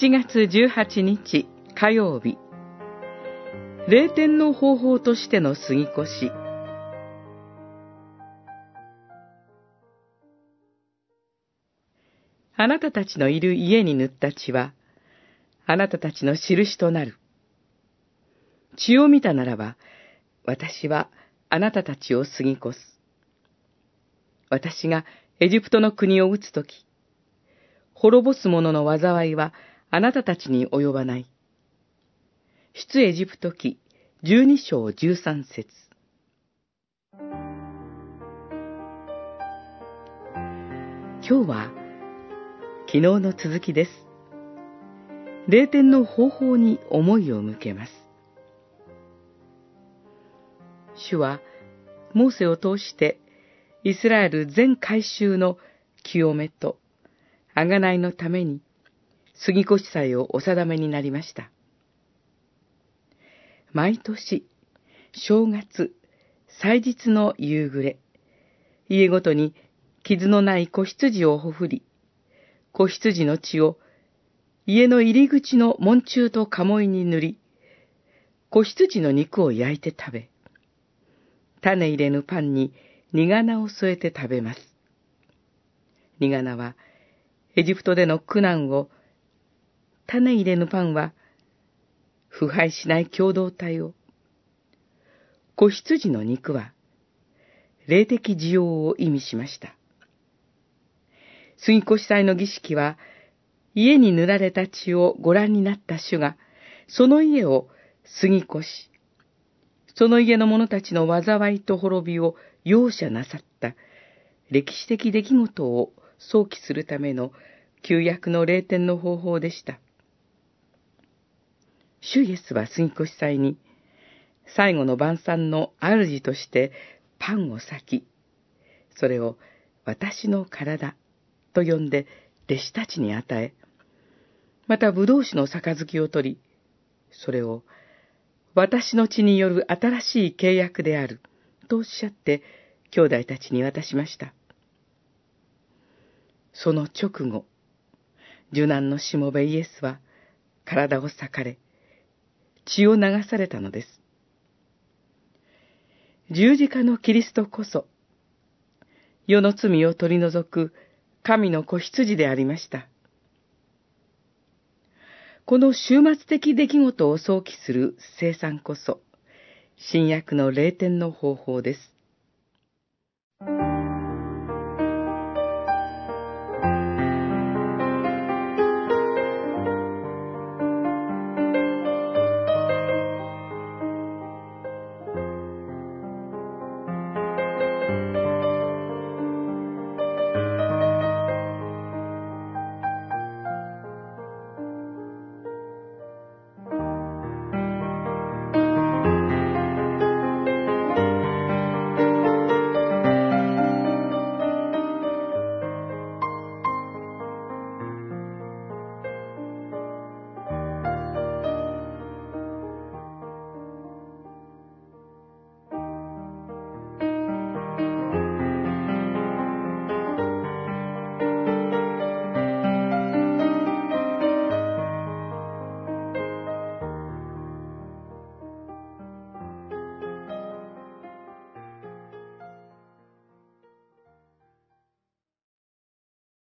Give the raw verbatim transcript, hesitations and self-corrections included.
しちがつじゅうはちにち火曜日、霊天の方法としての杉越。あなたたちのいる家に塗った血は、あなたたちの印となる。血を見たならば、私はあなたたちを杉越す。私がエジプトの国を打つとき、滅ぼす者の災いはあなたたちに及ばない。出エジプト記じゅうにしょうじゅうさんせつ。今日は昨日の続きです。霊天の方法に思いを向けます。主はモーセを通してイスラエル全改宗の清めと贖いのために杉越祭をお定めになりました。毎年、正月、祭日の夕暮れ、家ごとに傷のない子羊をほふり、子羊の血を家の入り口の門柱と鴨居に塗り、子羊の肉を焼いて食べ、種入れぬパンに煮仮を添えて食べます。煮仮は、エジプトでの苦難を、種入れぬパンは、腐敗しない共同体を、子羊の肉は、霊的需要を意味しました。杉越祭の儀式は、家に塗られた血をご覧になった主が、その家を杉越し、その家の者たちの災いと滅びを容赦なさった歴史的出来事を想起するための旧約の霊天の方法でした。主イエスは杉越祭に、最後の晩餐の主としてパンを裂き、それを私の体と呼んで弟子たちに与え、また葡萄酒の杯を取り、それを私の血による新しい契約であるとおっしゃって兄弟たちに渡しました。その直後、受難のしもべイエスは体を裂かれ、血を流されたのです。十字架のキリストこそ、世の罪を取り除く神の子羊でありました。この終末的出来事を想起する聖餐こそ、新約の霊天の方法です。